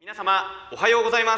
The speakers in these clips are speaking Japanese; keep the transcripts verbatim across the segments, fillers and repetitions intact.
皆様おはようございます。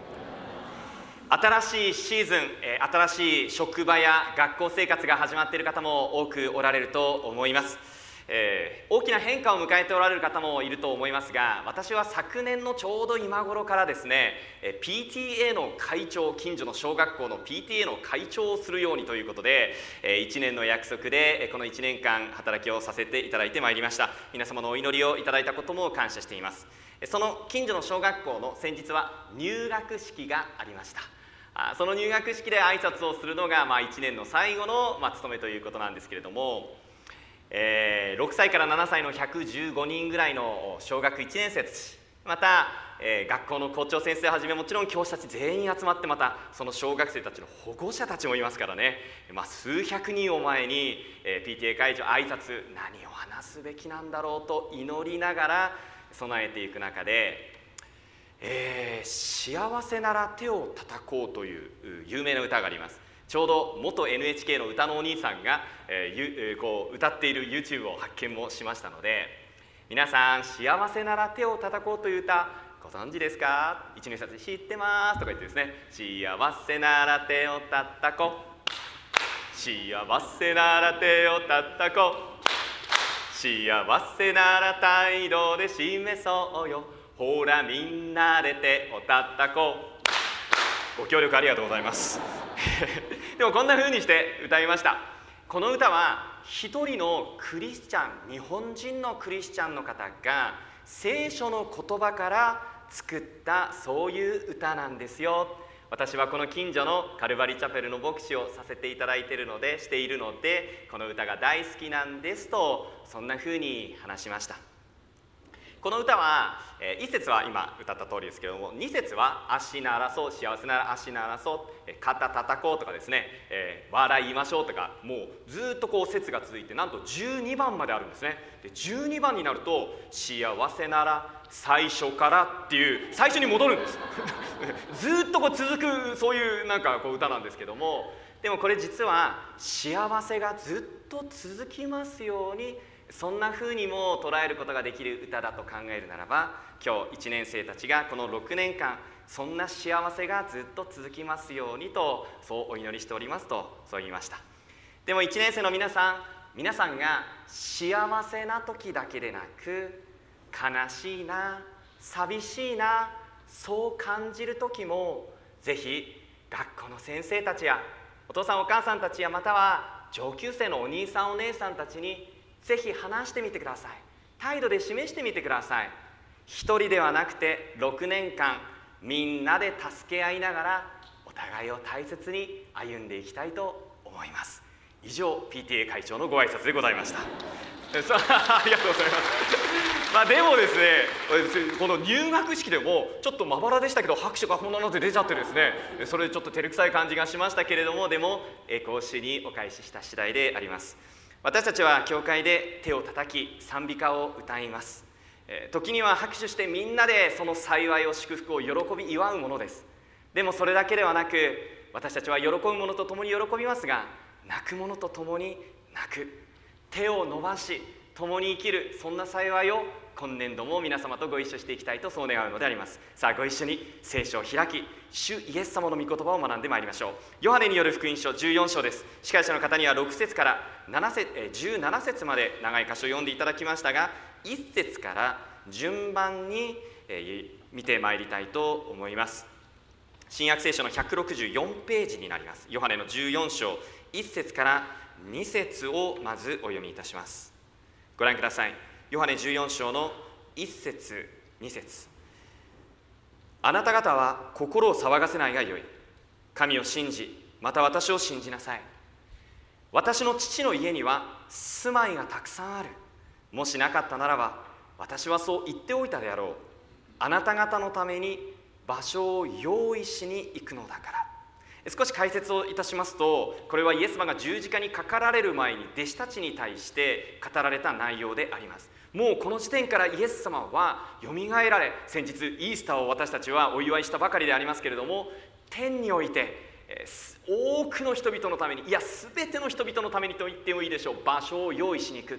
新しいシーズン、新しい職場や学校生活が始まっている方も多くおられると思います。えー、大きな変化を迎えておられる方もいると思いますが、私は昨年のちょうど今頃からですね ピーティーエー の会長、近所の小学校の ピーティーエー の会長をするようにということで、いちねんの約束でこのいちねんかん働きをさせていただいてまいりました。皆様のお祈りをいただいたことも感謝しています。その近所の小学校の先日は入学式がありました。その入学式で挨拶をするのが、まあ、いちねんの最後の、まあ、務めということなんですけれども、えー、ろくさいからななさいのひゃくじゅうごにんぐらいの小学いちねん生たち、また、えー、学校の校長先生はじめもちろん教師たち全員集まって、またその小学生たちの保護者たちもいますからね、まあ、数百人を前に、えー、ピーティーエー 会長挨拶、何を話すべきなんだろうと祈りながら備えていく中で、えー、幸せなら手を叩こうという有名な歌があります。ちょうど元 エヌエイチケー の歌のお兄さんが、えーゆえー、こう歌っている YouTube を発見もしましたので、皆さん幸せなら手を叩こうという歌ご存知ですか？一年生知ってますとか言ってですね、幸せなら手を叩こう、幸せなら手を叩こう、幸せなら態度で示そうよ、ほらみんなで手を叩こう。ご協力ありがとうございますでもこんな風にして歌いました。この歌は一人のクリスチャン、日本人のクリスチャンの方が聖書の言葉から作ったそういう歌なんですよ。私はこの近所のカルバリチャペルの牧師をさせていただいているのでしているのでこの歌が大好きなんですと、そんな風に話しました。この歌は、えー、一節は今歌った通りですけれども、二節は足鳴らそう、幸せなら足鳴らそう、えー、肩叩こうとかですね、えー、笑いましょうとか、もうずっとこう節が続いて、なんとじゅうにばんまであるんですね。でじゅうにばんになると幸せなら最初からっていう最初に戻るんですずっとこう続くそういうなんかこう歌なんですけども、でもこれ実は幸せがずっと続きますように、そんな風にも捉えることができる歌だと考えるならば、今日いちねん生たちがこのろくねんかんそんな幸せがずっと続きますようにと、そうお祈りしておりますと、そう言いました。でもいちねん生の皆さん、皆さんが幸せな時だけでなく、悲しいな、寂しいな、そう感じる時も、ぜひ学校の先生たちやお父さんお母さんたちや、または上級生のお兄さんお姉さんたちにぜひ話してみてください。態度で示してみてください。一人ではなくてろくねんかんみんなで助け合いながらお互いを大切に歩んでいきたいと思います。以上 ピーティーエー 会長のご挨拶でございましたありがとうございますまあでもですね、この入学式でもちょっとまばらでしたけど拍手がこんなので出ちゃってですね、それでちょっと照れくさい感じがしましたけれども、でも栄光主にお返しした次第であります。私たちは教会で手を叩き賛美歌を歌います。時には拍手してみんなでその幸いを祝福を喜び祝うものです。でもそれだけではなく、私たちは喜ぶ者と共に喜びますが、泣く者と共に泣く、手を伸ばし共に生きる、そんな幸いを今年度も皆様とご一緒していきたいと、そう願うのであります。さあご一緒に聖書を開き、主イエス様の御言葉を学んでまいりましょう。ヨハネによる福音書じゅうよん章です。司会者の方にはろく節からなな節じゅうなな節まで長い箇所を読んでいただきましたが、いち節から順番に見てまいりたいと思います。新約聖書のひゃくろくじゅうよんページになります。ヨハネのじゅうよん章いち節からに節をまずお読みいたします。ご覧ください。ヨハネじゅうよん章のいち節に節。あなた方は心を騒がせないがよい。神を信じ、また私を信じなさい。私の父の家には住まいがたくさんある。もしなかったならば私はそう言っておいたであろう。あなた方のために場所を用意しに行くのだから。少し解説をいたしますと、これはイエス様が十字架にかかられる前に弟子たちに対して語られた内容であります。もうこの時点からイエス様はよみがえられ、先日イースターを私たちはお祝いしたばかりでありますけれども、天において多くの人々のために、いや全ての人々のためにと言ってもいいでしょう、場所を用意しに行く。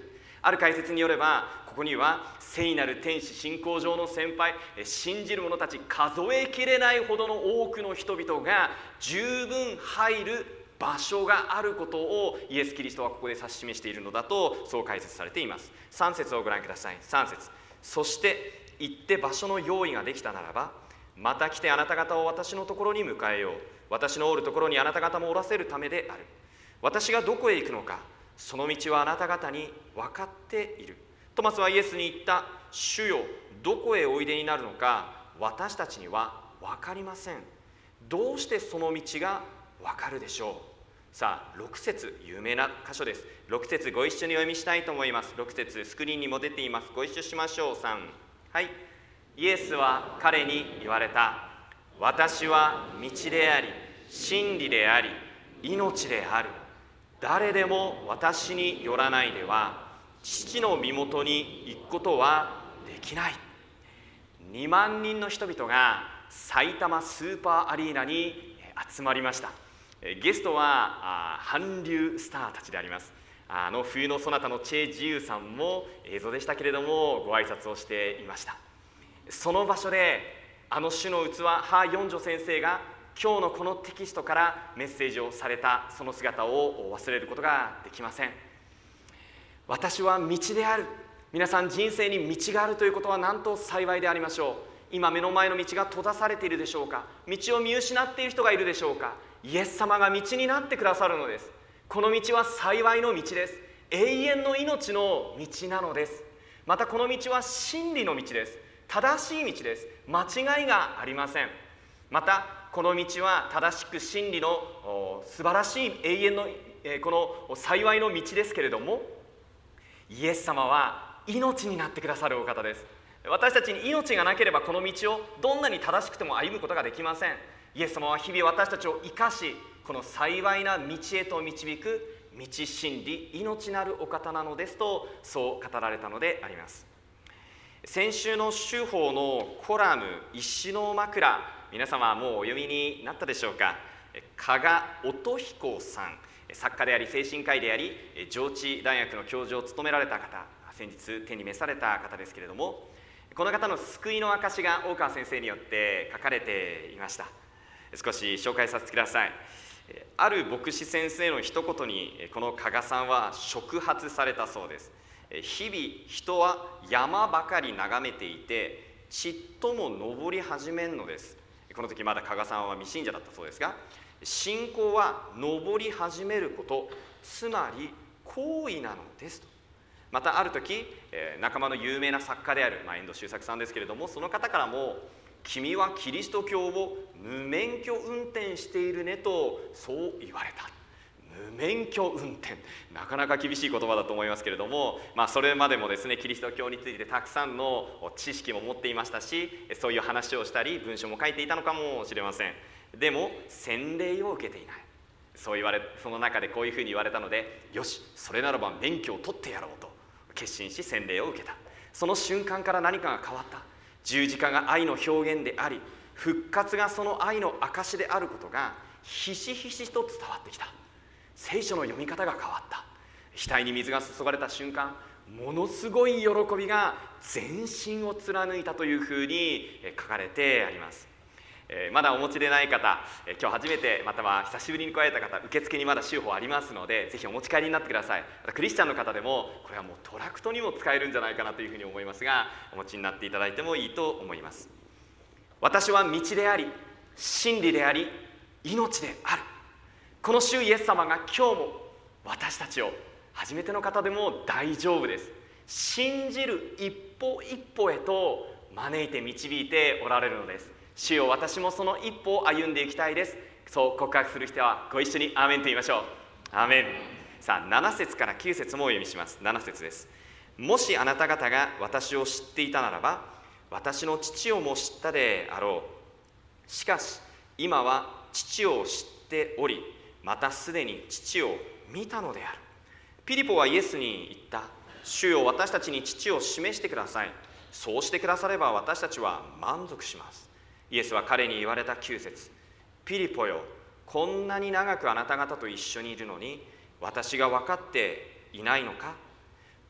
ある解説によれば、ここには聖なる天使、信仰上の先輩、信じる者たち数えきれないほどの多くの人々が十分入る場所があることをイエス・キリストはここで指し示しているのだと、そう解説されています。さん節をご覧ください。さん節、そして行って場所の用意ができたならば、また来てあなた方を私のところに迎えよう。私のおるところにあなた方もおらせるためである。私がどこへ行くのか、その道はあなた方に分かっている。トマスはイエスに言った。主よ、どこへおいでになるのか私たちには分かりません。どうしてその道が分かるでしょう。さあ、ろく節、有名な箇所です。ろく節ご一緒にお読みしたいと思います。ろく節スクリーンにも出ています。ご一緒しましょう。さん、はい。イエスは彼に言われた。私は道であり真理であり命である。誰でも私によらないでは父の身元に行くことはできない。にまん人の人々が埼玉スーパーアリーナに集まりました。ゲストは韓流スターたちであります。あの冬のそなたのチェ・ジユさんも映像でしたけれどもご挨拶をしていました。その場所であの主の器ハ・ヨンジョ先生が今日のこのテキストからメッセージをされたその姿を忘れることができません。私は道である。皆さん、人生に道があるということはなんと幸いでありましょう。今目の前の道が閉ざされているでしょうか。道を見失っている人がいるでしょうか。イエス様が道になってくださるのです。この道は幸いの道です。永遠の命の道なのです。またこの道は真理の道です。正しい道です。間違いがありません。またこの道は正しく真理の素晴らしい永遠の、えー、この幸いの道ですけれども、イエス様は命になってくださるお方です。私たちに命がなければこの道をどんなに正しくても歩むことができません。イエス様は日々私たちを生かし、この幸いな道へと導く道、真理、命なるお方なのですと、そう語られたのであります。先週の週報のコラム石の枕、皆様はもうお読みになったでしょうか。加賀音彦さん、作家であり精神科医であり上智大学の教授を務められた方、先日天に召された方ですけれども、この方の救いの証が大川先生によって書かれていました。少し紹介させてください。ある牧師先生の一言にこの加賀さんは触発されたそうです。日々人は山ばかり眺めていてちっとも登り始めんのです。この時まだ加賀さんは未信者だったそうですが、信仰は登り始めること、つまり行為なのですと。またある時仲間の有名な作家である、まあ、遠藤周作さんですけれども、その方からも君はキリスト教を無免許運転しているねとそう言われた。無免許運転、なかなか厳しい言葉だと思いますけれども、まあ、それまでもですねキリスト教についてたくさんの知識も持っていましたし、そういう話をしたり文章も書いていたのかもしれません。でも洗礼を受けていない。そう言われ、その中でこういうふうに言われたので、よし、それならば免許を取ってやろうと決心し洗礼を受けた。その瞬間から何かが変わった。十字架が愛の表現であり、復活がその愛の証であることがひしひしと伝わってきた。聖書の読み方が変わった。額に水が注がれた瞬間、ものすごい喜びが全身を貫いたというふうに書かれてあります。えー、まだお持ちでない方、えー、今日初めてまたは久しぶりに来られた方、受付にまだ週報ありますので、ぜひお持ち帰りになってください。またクリスチャンの方でもこれはもうトラクトにも使えるんじゃないかなというふうに思いますが、お持ちになっていただいてもいいと思います。私は道であり真理であり命である。この主イエス様が今日も私たちを、初めての方でも大丈夫です、信じる一歩一歩へと招いて導いておられるのです。主よ、私もその一歩を歩んでいきたいです。そう告白する人はご一緒にアーメンと言いましょう。アーメン。さあ、なな節からきゅう節もお読みします。なな節です。もしあなた方が私を知っていたならば、私の父をも知ったであろう。しかし今は父を知っており、またすでに父を見たのである。ピリポはイエスに言った。主よ、私たちに父を示してください。そうしてくだされば私たちは満足します。イエスは彼に言われたきゅう節。ピリポよ、こんなに長くあなた方と一緒にいるのに私が分かっていないのか。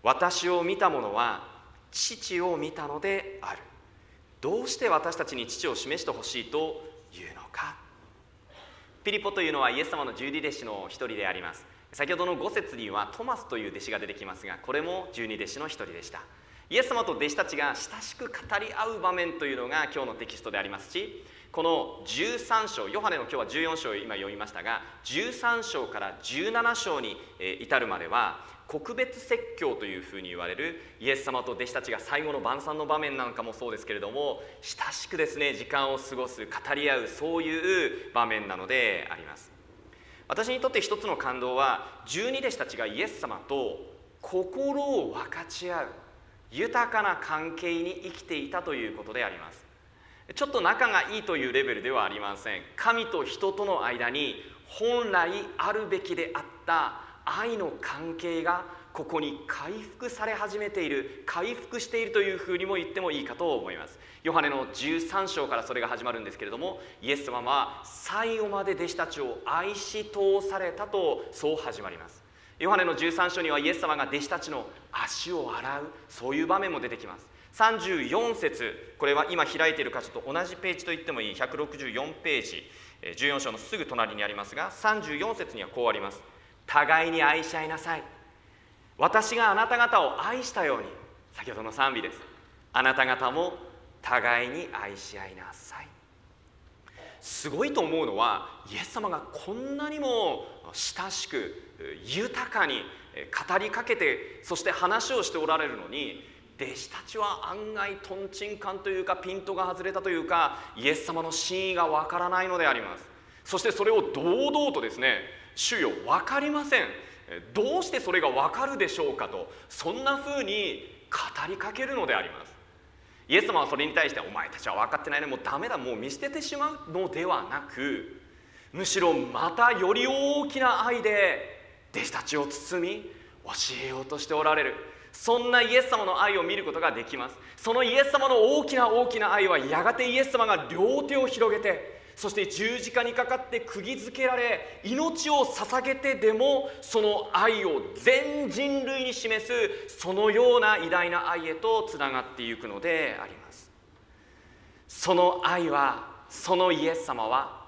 私を見た者は父を見たのである。どうして私たちに父を示してほしいというのか。ピリポというのはイエス様の十二弟子の一人であります。先ほどのご節にはトマスという弟子が出てきますが、これも十二弟子の一人でした。イエス様と弟子たちが親しく語り合う場面というのが今日のテキストでありますし、このじゅうさん章、ヨハネの今日はじゅうよん章を今読みましたが、じゅうさん章からじゅうなな章に至るまでは告別説教というふうに言われるイエス様と弟子たちが最後の晩餐の場面なんかもそうですけれども、親しくですね時間を過ごす、語り合う、そういう場面なのであります。私にとって一つの感動は、十二弟子たちがイエス様と心を分かち合う豊かな関係に生きていたということであります。ちょっと仲がいいというレベルではありません。神と人との間に本来あるべきであった愛の関係がここに回復され始めている、回復しているというふうにも言ってもいいかと思います。ヨハネのじゅうさん章からそれが始まるんですけれども、イエス様は最後まで弟子たちを愛し通されたと、そう始まります。ヨハネのじゅうさん章にはイエス様が弟子たちの足を洗う、そういう場面も出てきます。さんじゅうよん節、これは今開いている箇所と同じページと言ってもいいひゃくろくじゅうよんページ、じゅうよん章のすぐ隣にありますが、さんじゅうよん節にはこうあります。互いに愛し合いなさい。私があなた方を愛したように。先ほどの賛美です。あなた方も互いに愛し合いなさい。すごいと思うのは、イエス様がこんなにも親しく豊かに語りかけて、そして話をしておられるのに、弟子たちは案外とんちんかんというか、ピントが外れたというか、イエス様の真意がわからないのであります。そしてそれを堂々とですね、主よ分かりません、どうしてそれが分かるでしょうかと、そんな風に語りかけるのであります。イエス様はそれに対して、お前たちは分かってないね、もうダメだ、もう見捨ててしまうのではなく、むしろまたより大きな愛で弟子たちを包み教えようとしておられる、そんなイエス様の愛を見ることができます。そのイエス様の大きな大きな愛は、やがてイエス様が両手を広げて、そして十字架にかかって釘付けられ、命を捧げてでもその愛を全人類に示す、そのような偉大な愛へとつながっていくのであります。その愛は、そのイエス様は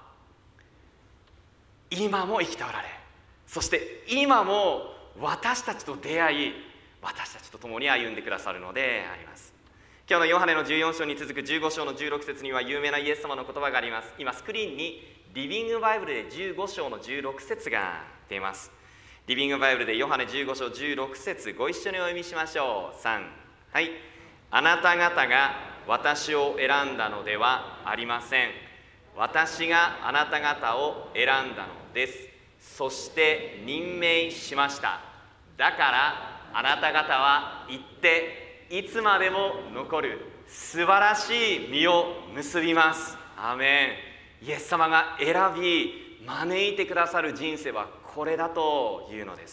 今も生きておられ、そして今も私たちと出会い、私たちと共に歩んでくださるのであります。今日のヨハネのじゅうよん章に続くじゅうご章のじゅうろく節には有名なイエス様の言葉があります。今スクリーンにリビングバイブルでじゅうご章のじゅうろく節が出ます。リビングバイブルでヨハネじゅうご章じゅうろく節、ご一緒にお読みしましょう。さん、はい。あなた方が私を選んだのではありません。私があなた方を選んだのです。そして任命しました。だからあなた方は行っていつまでも残る素晴らしい実を結びます。アーメン。イエス様が選び招いてくださる人生はこれだというのです。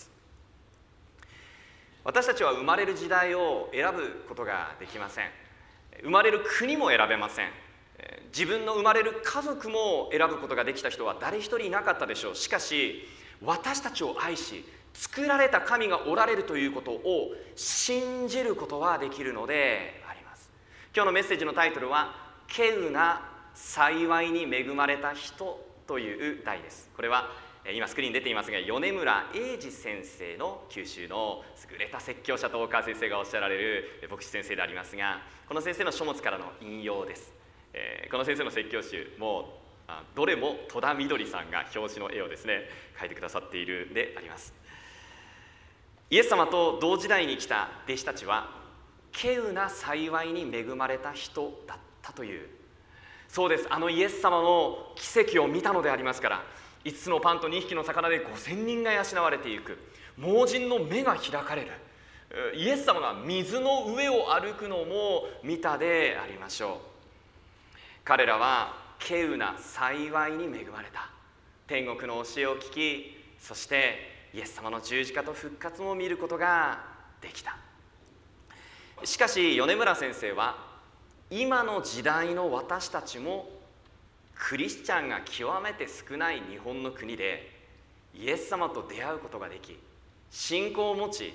私たちは生まれる時代を選ぶことができません。生まれる国も選べません。自分の生まれる家族も選ぶことができた人は誰一人いなかったでしょう。しかし私たちを愛し作られた神がおられるということを信じることはできるのであります。今日のメッセージのタイトルは稀有な幸いに恵まれた人という題です。これは今スクリーンに出ていますが、米村英二先生の九州の優れた説教者と大川先生がおっしゃられる牧師先生でありますが、この先生の書物からの引用です。えー、この先生の説教集もどれも戸田みどりさんが表紙の絵をですね描いてくださっているであります。イエス様と同時代に来た弟子たちは稀有な幸いに恵まれた人だったという、そうです、あのイエス様の奇跡を見たのでありますから、いつつのパンとにひきの魚でごせんにんが養われていく、盲人の目が開かれる、イエス様が水の上を歩くのも見たでありましょう。彼らは稀有な幸いに恵まれた、天国の教えを聞き、そしてイエス様の十字架と復活も見ることができた。しかし米村先生は、今の時代の私たちもクリスチャンが極めて少ない日本の国でイエス様と出会うことができ、信仰を持ち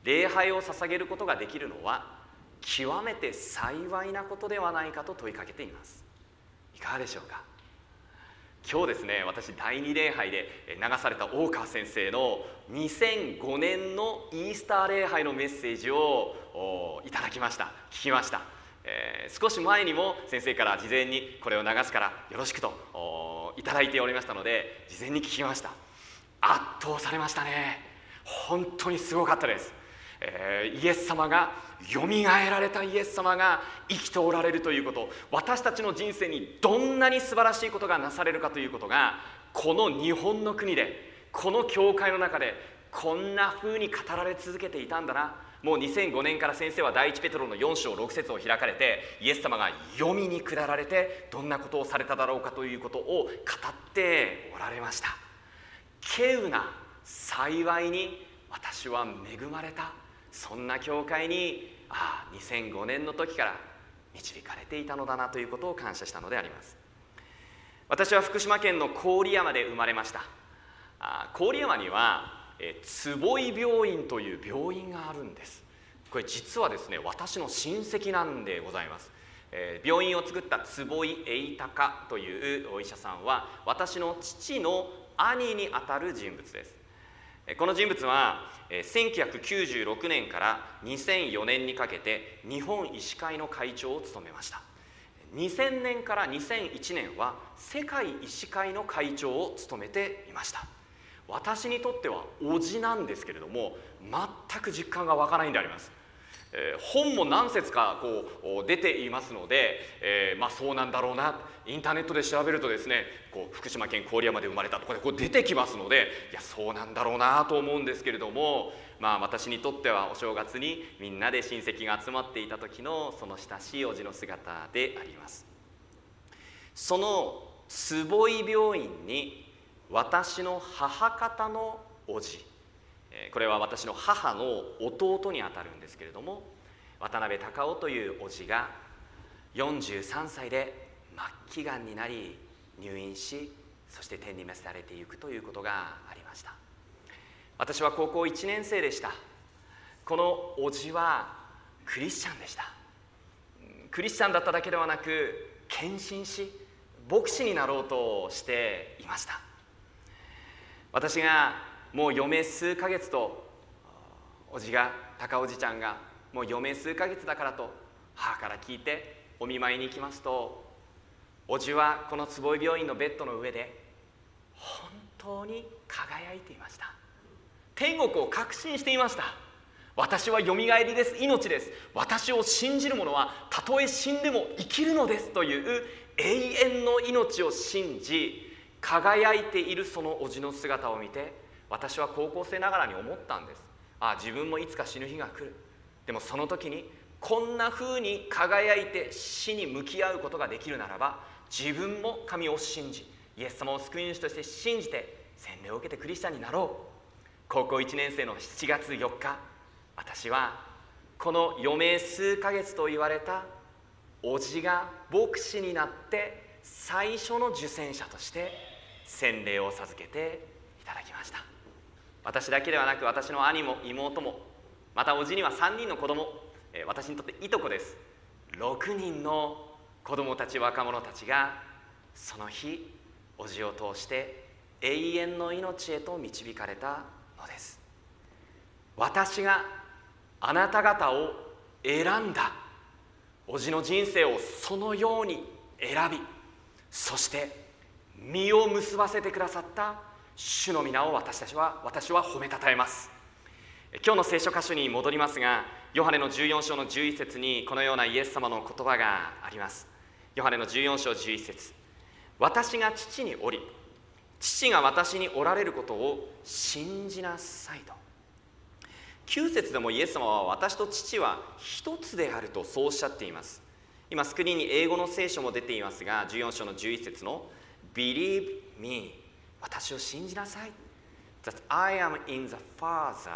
礼拝を捧げることができるのは極めて幸いなことではないかと問いかけています。いかがでしょうか。今日ですね、私だいに礼拝で流された大川先生のにせんごねんのイースター礼拝のメッセージをいただきました。聞きました。えー、少し前にも先生から事前にこれを流すからよろしくといただいておりましたので、事前に聞きました。圧倒されましたね。本当にすごかったです。えー、イエス様がよみがえられたイエス様が生きておられるということ、私たちの人生にどんなに素晴らしいことがなされるかということが、この日本の国で、この教会の中でこんな風に語られ続けていたんだな。もうにせんごねんから先生は第一ペテロのよん章ろく節を開かれて、イエス様が読みに下られてどんなことをされただろうかということを語っておられました。稀有な幸いに私は恵まれた、そんな教会にああにせんごねんの時から導かれていたのだなということを感謝したのであります。私は福島県の郡山で生まれました。あ郡山にはえ坪井病院という病院があるんです。これ実はですね、私の親戚なんでございます。えー、病院を作った坪井栄隆というお医者さんは私の父の兄にあたる人物です。この人物はせんきゅうひゃくきゅうじゅうろくねんからにせんよねんにかけて日本医師会の会長を務めました。にせんねんからにせんいちねんは世界医師会の会長を務めていました。私にとっては叔父なんですけれども、全く実感が湧かないんであります。えー、本も何節かこう出ていますので、えー、まあそうなんだろうな、インターネットで調べるとですね、こう福島県郡山で生まれたとかでこう出てきますので、いやそうなんだろうなと思うんですけれども、まあ私にとってはお正月にみんなで親戚が集まっていた時のその親しい叔父の姿であります。その坪井病院に私の母方の叔父、これは私の母の弟にあたるんですけれども、渡辺隆夫という叔父がよんじゅうさんさいで末期がんになり入院し、そして天に召されていくということがありました。私は高校いちねん生でした。この叔父はクリスチャンでした。クリスチャンだっただけではなく献身し牧師になろうとしていました。私がもう余命数ヶ月と、おじが高おじちゃんがもう余命数ヶ月だからと母から聞いてお見舞いに行きますと、おじはこの坪井病院のベッドの上で本当に輝いていました。天国を確信していました。私はよみがえりです、命です、私を信じる者はたとえ死んでも生きるのですという永遠の命を信じ輝いているその叔父の姿を見て、私は高校生ながらに思ったんです。ああ、自分もいつか死ぬ日が来る。でもその時にこんな風に輝いて死に向き合うことができるならば、自分も神を信じ、イエス様を救い主として信じて洗礼を受けてクリスチャンになろう。高校いちねん生のしちがつよっか、私はこの余命数ヶ月と言われた叔父が牧師になって最初の受洗者として洗礼を授けていただきました。私だけではなく、私の兄も妹も、また叔父にはさんにんの子供、私にとっていとこです。ろくにんの子供たち、若者たちがその日叔父を通して永遠の命へと導かれたのです。私があなた方を選んだ叔父の人生をそのように選び、そして実を結ばせてくださった主の皆を私たちは私は褒めたたえます。今日の聖書箇所に戻りますが、ヨハネのじゅうよん章のじゅういち節にこのようなイエス様の言葉があります。ヨハネのじゅうよん章じゅういち節、私が父におり父が私におられることを信じなさいと。きゅう節でもイエス様は私と父は一つであるとそうおっしゃっています。今スクリーンに英語の聖書も出ていますが、じゅうよん章のじゅういち節の Believe me、 私を信じなさい、 That I am in the Father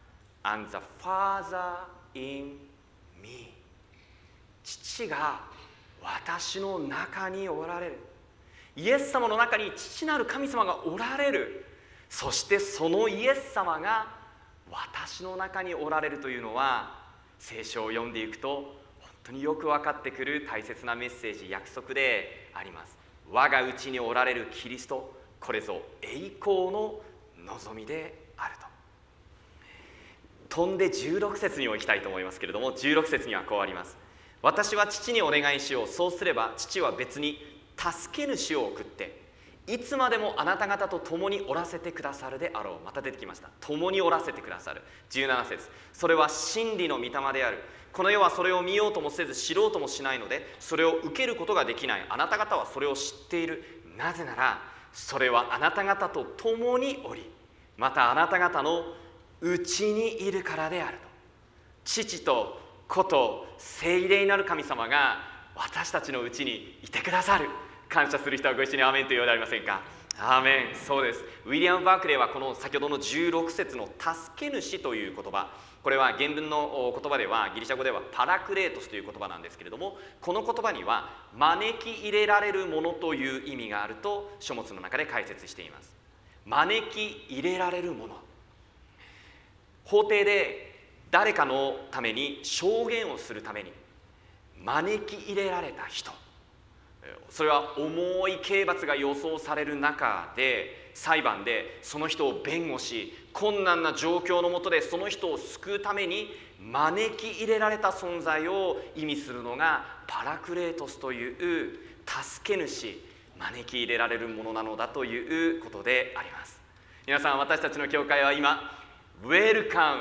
and the Father in me、 父が私の中におられる。イエス様の中に父なる神様がおられる。そしてそのイエス様が私の中におられるというのは、聖書を読んでいくと本当によく分かってくる大切なメッセージ、約束であります。我が内におられるキリスト、これぞ栄光の望みであると。飛んでじゅうろく節に行きたいと思いますけれども、じゅうろく節にはこうあります。私は父にお願いしよう。そうすれば父は別に助け主を送っていつまでもあなた方と共におらせてくださるであろう。また出てきました。共におらせてくださる。じゅうなな節、それは真理の御霊である。この世はそれを見ようともせず知ろうともしないので、それを受けることができない。あなた方はそれを知っている。なぜならそれはあなた方と共におり、またあなた方のうちにいるからであると。父と子と聖霊なる神様が私たちのうちにいてくださる。感謝する人はご一緒にアーメンと言うようでありませんか。アーメン。そうです。ウィリアム・バークレーはこの先ほどのじゅうろく節の助け主という言葉、これは原文の言葉ではギリシャ語ではパラクレートスという言葉なんですけれども、この言葉には招き入れられるものという意味があると書物の中で解説しています。招き入れられるもの、法廷で誰かのために証言をするために招き入れられた人、それは重い刑罰が予想される中で裁判でその人を弁護し、困難な状況の下でその人を救うために招き入れられた存在を意味するのがパラクレートスという助け主、招き入れられるものなのだということであります。皆さん、私たちの教会は今Welcome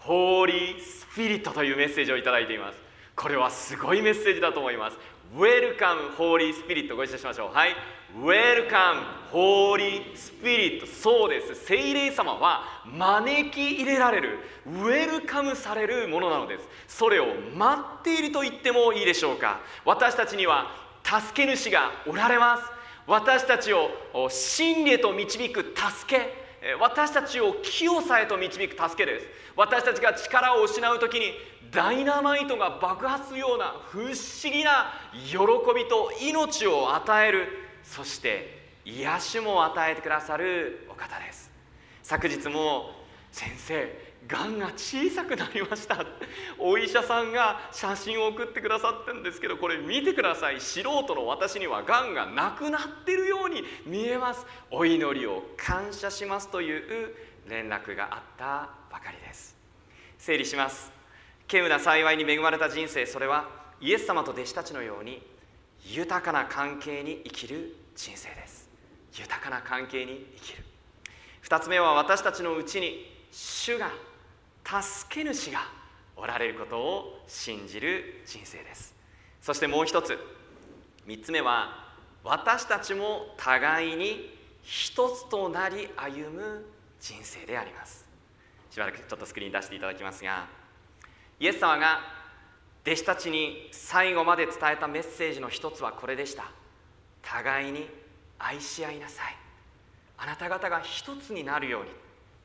Holy Spirit というメッセージをいただいています。これはすごいメッセージだと思います。Welcome Holy Spirit、 ご一緒しましょう。はい、 Welcome Holy Spirit。 そうです、聖霊様は招き入れられる、ウェルカムされるものなのです。それを待っていると言ってもいいでしょうか。私たちには助け主がおられます。私たちを真理へと導く助け、私たちを清さへと導く助けです。私たちが力を失うときにダイナマイトが爆発するような不思議な喜びと命を与える、そして癒しも与えてくださるお方です。昨日も先生、がんが小さくなりました。お医者さんが写真を送ってくださったんですけど、これ見てください。素人の私にはがんがなくなっているように見えます。お祈りを感謝しますという連絡があったばかりです。整理します。稀有な幸いに恵まれた人生、それはイエス様と弟子たちのように豊かな関係に生きる人生です。豊かな関係に生きる。二つ目は、私たちのうちに主が、助け主がおられることを信じる人生です。そしてもう一つ、三つ目は、私たちも互いに一つとなり歩む人生であります。しばらくちょっとスクリーン出していただきますが、イエス様が弟子たちに最後まで伝えたメッセージの一つはこれでした。互いに愛し合いなさい。あなた方が一つになるように。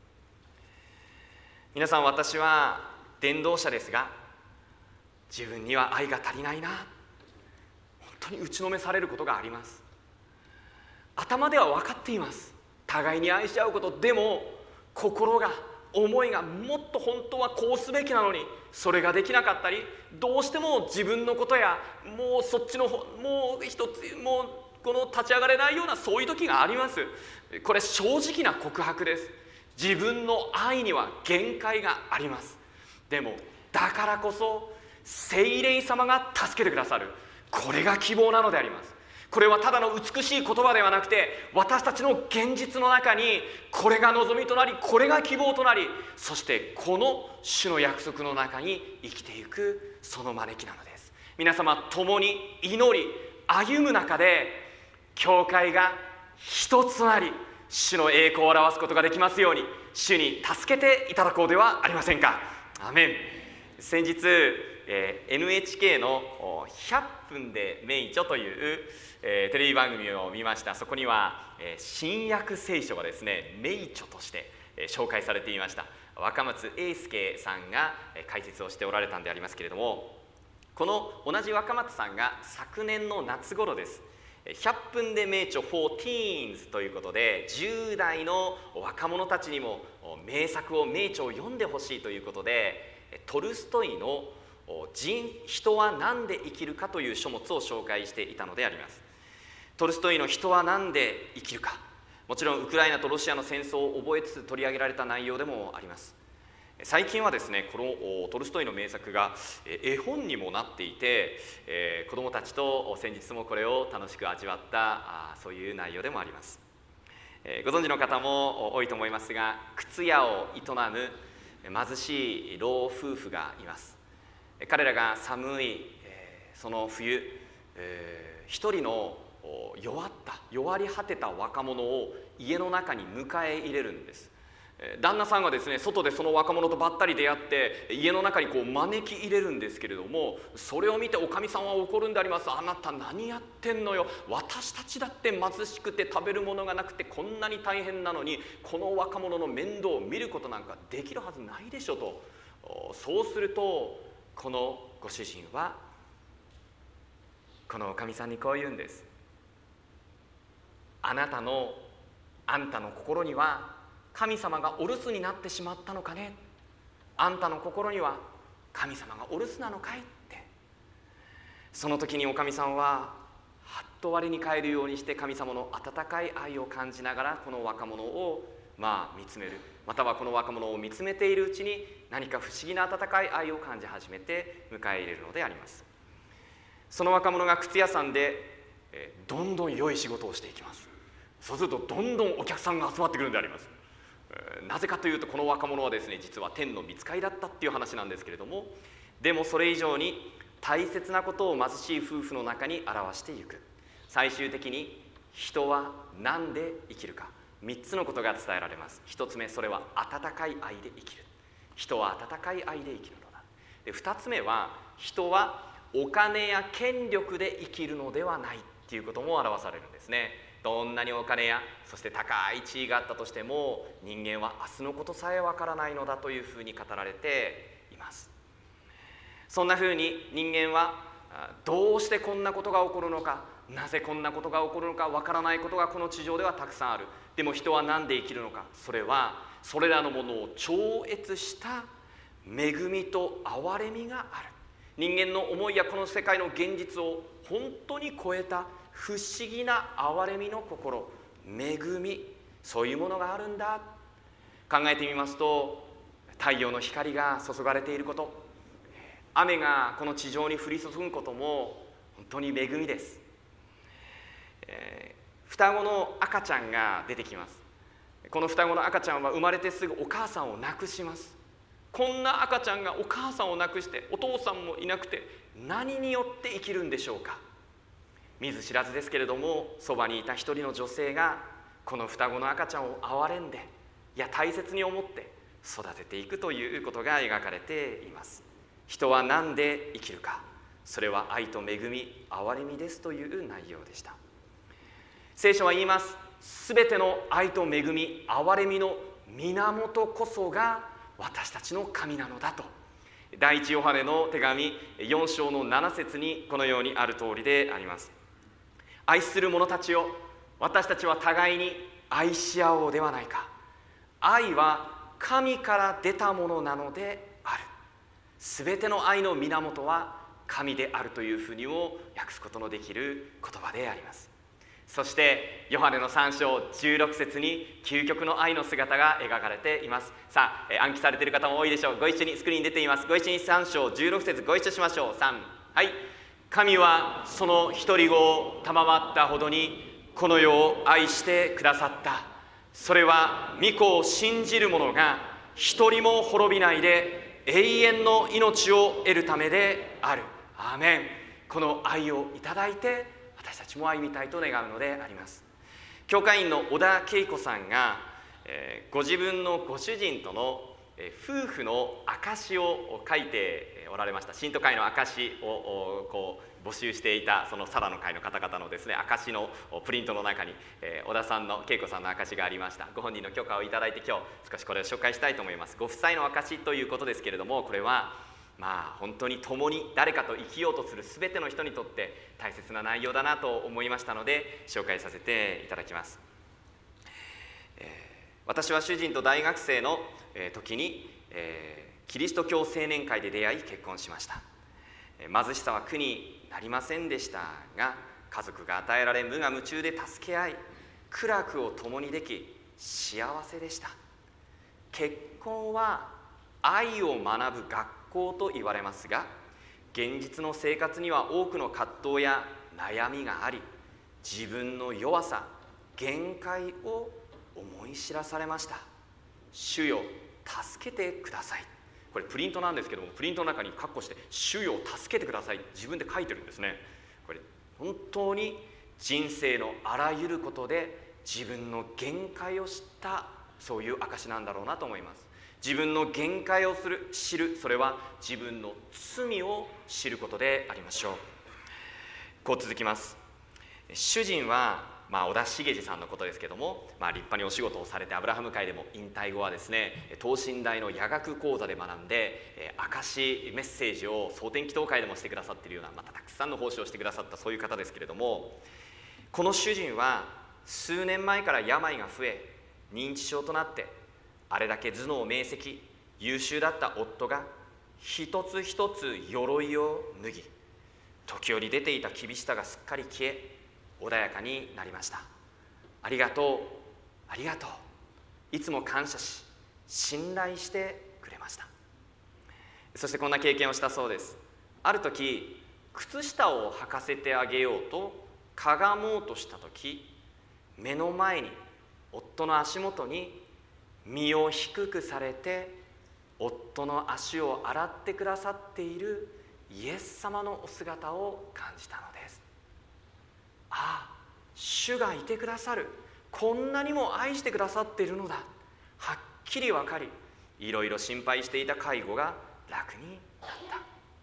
皆さん、私は伝道者ですが、自分には愛が足りないな、本当に打ちのめされることがあります。頭では分かっています。互いに愛し合うこと。でも心が、思いがもっと本当はこうすべきなのに、それができなかったり、どうしても自分のことやもうそっちのもう一つもうこの立ち上がれないような、そういう時があります。これ正直な告白です。自分の愛には限界があります。でもだからこそ聖霊様が助けてくださる。これが希望なのであります。これはただの美しい言葉ではなくて、私たちの現実の中にこれが望みとなり、これが希望となり、そしてこの主の約束の中に生きていく、その招きなのです。皆様共に祈り歩む中で、教会が一つとなり主の栄光を表すことができますように、主に助けていただこうではありませんか。アーメン。先日、えー、エヌエイチケー のひゃっぷんで名著という、えー、テレビ番組を見ました。そこには、えー、新約聖書がですね、名著として、えー、紹介されていました。若松英介さんが、えー、解説をしておられたんでありますけれども、この同じ若松さんが昨年の夏頃です、 ひゃっぷんで名著 フォーティーンズ ということで、じゅう代の若者たちにも名作を名著を読んでほしいということで、トルストイの人人は何で生きるかという書物を紹介していたのであります。トルストイの人は何で生きるか、もちろんウクライナとロシアの戦争を覚えつつ取り上げられた内容でもあります。最近はですね、このトルストイの名作が絵本にもなっていて、えー、子どもたちと先日もこれを楽しく味わったあそういう内容でもあります。えー、ご存知の方も多いと思いますが、靴屋を営む貧しい老夫婦がいます。彼らが寒い、えー、その冬、えー、一人の弱った弱り果てた若者を家の中に迎え入れるんです。旦那さんがですね、外でその若者とばったり出会って家の中にこう招き入れるんですけれども、それを見ておかみさんは怒るんであります。あなた何やってんのよ、私たちだって貧しくて食べるものがなくてこんなに大変なのに、この若者の面倒を見ることなんかできるはずないでしょと。そうするとこのご主人はこのおかみさんにこう言うんです。あなたのあんたの心には神様がお留守になってしまったのかね。あんたの心には神様がお留守なのかいって。その時におかみさんははっと我に返るようにして神様の温かい愛を感じながらこの若者をまあ見つめる、またはこの若者を見つめているうちに何か不思議な温かい愛を感じ始めて迎え入れるのであります。その若者が靴屋さんでえどんどん良い仕事をしていきます。そうするとどんどんお客さんが集まってくるんであります。なぜかというと、この若者はですね、実は天の御使いだったっていう話なんですけれども、でもそれ以上に大切なことを貧しい夫婦の中に表していく。最終的に人は何で生きるか、みっつのことが伝えられます。ひとつめ、それは温かい愛で生きる。人は温かい愛で生きるのだ。で、ふたつめは、人はお金や権力で生きるのではないっていうことも表されるんですね。どんなにお金やそして高い地位があったとしても、人間は明日のことさえわからないのだというふうに語られています。そんなふうに人間はどうしてこんなことが起こるのか、なぜこんなことが起こるのかわからないことがこの地上ではたくさんある。でも人は何で生きるのか、それはそれらのものを超越した恵みと憐れみがある。人間の思いやこの世界の現実を本当に超えた不思議な憐れみの心、恵み、そういうものがあるんだ。考えてみますと、太陽の光が注がれていること、雨がこの地上に降り注ぐことも本当に恵みです。えー、双子の赤ちゃんが出てきます。この双子の赤ちゃんは生まれてすぐお母さんを亡くします。こんな赤ちゃんがお母さんを亡くしてお父さんもいなくて何によって生きるんでしょうか。見ず知らずですけれども、そばにいた一人の女性がこの双子の赤ちゃんを憐れんで、いや大切に思って育てていくということが描かれています。人は何で生きるか、それは愛と恵み、憐れみですという内容でした。聖書は言います。すべての愛と恵み、憐れみの源こそが私たちの神なのだと。第一ヨハネの手紙よん章のなな節にこのようにある通りであります。愛する者たちよ、私たちは互いに愛し合おうではないか。愛は神から出たものなのである。すべての愛の源は神であるというふうにも訳すことのできる言葉であります。そしてヨハネのさん章じゅうろく節に究極の愛の姿が描かれています。さあ、暗記されている方も多いでしょう。ご一緒にスクリーンに出ています。ご一緒にさん章じゅうろく節ご一緒しましょう。さん、はい。神はその一人子を賜ったほどにこの世を愛してくださった。それは御子を信じる者が一人も滅びないで永遠の命を得るためである。アーメン。この愛をいただいて私たちも歩みたいと願うのであります。教会員の小田恵子さんが、えー、ご自分のご主人との、えー、夫婦の証を書いておられました。信徒会の証をこう募集していたそのサラの会の方々のですね、証のプリントの中に、えー、小田さんの恵子さんの証がありました。ご本人の許可をいただいて今日少しこれを紹介したいと思います。ご夫妻の証ということですけれども、これはまあ本当に共に誰かと生きようとするすべての人にとって大切な内容だなと思いましたので紹介させていただきます。えー、私は主人と大学生の時に、えー、キリスト教青年会で出会い結婚しました。貧しさは苦になりませんでしたが、家族が与えられ無我夢中で助け合い、苦楽を共にでき幸せでした。結婚は愛を学ぶ学校と言われますが、現実の生活には多くの葛藤や悩みがあり、自分の弱さ、限界を思い知らされました。主よ、助けてください。これプリントなんですけども、プリントの中にカッコして主よ助けてください、自分で書いてるんですね。これ本当に人生のあらゆることで自分の限界を知った、そういう証なんだろうなと思います。自分の限界をする知る、それは自分の罪を知ることでありましょう。こう続きます。主人はまあ、小田茂司さんのことですけども、まあ、立派にお仕事をされてアブラハム会でも引退後はですね、等身大の夜学講座で学んで、えー、証メッセージを蒼天祈祷会でもしてくださっているような、またたくさんの奉仕をしてくださったそういう方ですけれども、この主人は数年前から病が増え認知症となって、あれだけ頭脳明晰優秀だった夫が一つ一つ鎧を脱ぎ、時折出ていた厳しさがすっかり消え穏やかになりました。ありがとう、ありがとう、いつも感謝し信頼してくれました。そしてこんな経験をしたそうです。ある時靴下を履かせてあげようとかがもうとした時、目の前に夫の足元に身を低くされて夫の足を洗ってくださっているイエス様のお姿を感じたのです。ああ、主がいてくださる、こんなにも愛してくださっているのだ、はっきり分かり、いろいろ心配していた介護が楽になった、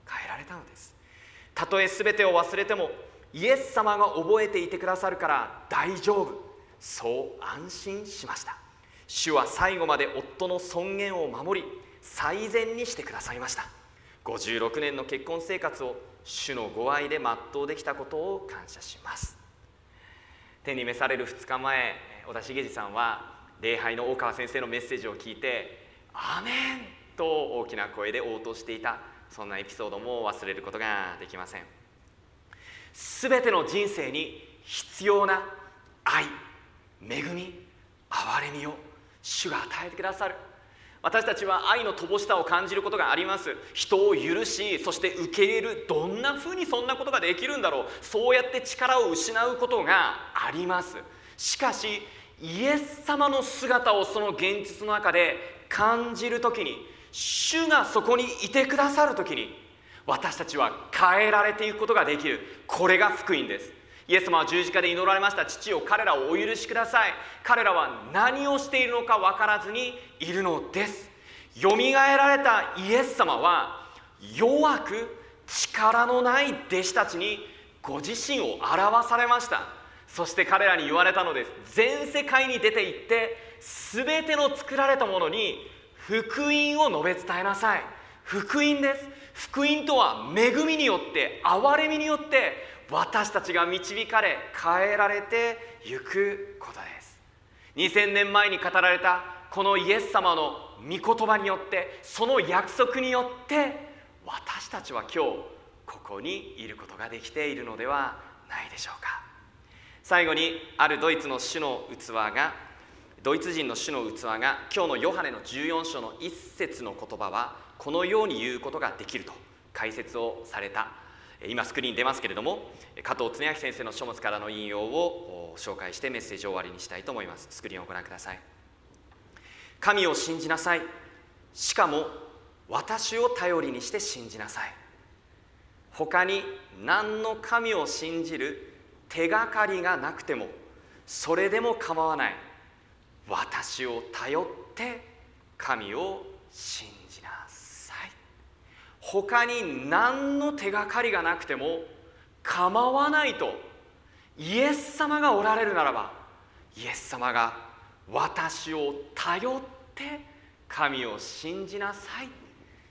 変えられたのです。たとえ全てを忘れてもイエス様が覚えていてくださるから大丈夫、そう安心しました。主は最後まで夫の尊厳を守り最善にしてくださいました。ごじゅうろくねんの結婚生活を主のご愛で全うできたことを感謝します。天に召されるふつかまえ、小田茂司さんは礼拝の大川先生のメッセージを聞いてアーメンと大きな声で応答していた、そんなエピソードも忘れることができません。すべての人生に必要な愛、恵み、憐れみを主が与えてくださる。私たちは愛の乏しさを感じることがあります。人を許し、そして受け入れる。どんなふうにそんなことができるんだろう。そうやって力を失うことがあります。しかしイエス様の姿をその現実の中で感じるときに、主がそこにいてくださるときに、私たちは変えられていくことができる。これが福音です。イエス様は十字架で祈られました。父よ、彼らをお許しください。彼らは何をしているのか分からずにいるのです。よみがえられたイエス様は弱く力のない弟子たちにご自身を表されました。そして彼らに言われたのです。全世界に出て行って全ての作られたものに福音を述べ伝えなさい。福音です。福音とは恵みによって、憐れみによって私たちが導かれ変えられてゆくことです。にせんねんまえに語られたこのイエス様の御言葉によって、その約束によって私たちは今日ここにいることができているのではないでしょうか。最後に、あるドイツの主の器がドイツ人の主の器が今日のヨハネのじゅうよん章の一節の言葉はこのように言うことができると解説をされた。今スクリーンに出ますけれども、加藤恒明先生の書物からの引用を紹介してメッセージを終わりにしたいと思います。スクリーンをご覧ください。神を信じなさい。しかも私を頼りにして信じなさい。他に何の神を信じる手がかりがなくてもそれでも構わない。私を頼って神を信じなさい。他に何の手がかりがなくても構わないとイエス様がおられるならば、イエス様が私を頼って神を信じなさい、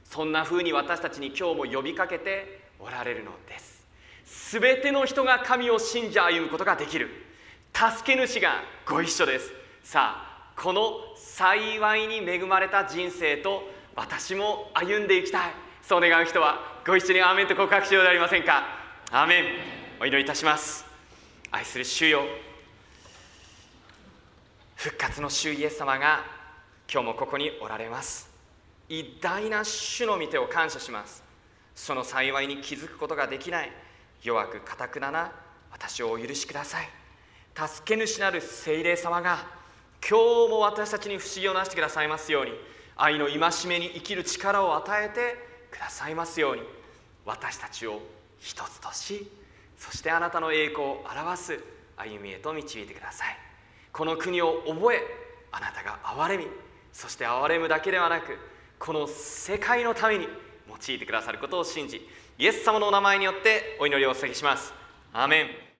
そんな風に私たちに今日も呼びかけておられるのです。すべての人が神を信じ歩むことができる助け主がご一緒です。さあ、この幸いに恵まれた人生と私も歩んでいきたい、そう願う人はご一緒にアーメンと告白しようではありませんか。アーメン。お祈りいたします。愛する主よ、復活の主イエス様が今日もここにおられます。偉大な主の御手を感謝します。その幸いに気づくことができない弱く堅くなな私をお許しください。助け主なる聖霊様が今日も私たちに不思議をなしてくださいますように、愛の戒めに生きる力を与えてくださいますように、私たちを一つとし、そしてあなたの栄光を表す歩みへと導いてください。この国を覚え、あなたが憐れみ、そして憐れむだけではなく、この世界のために用いてくださることを信じ、イエス様のお名前によってお祈りをお捧げします。アーメン。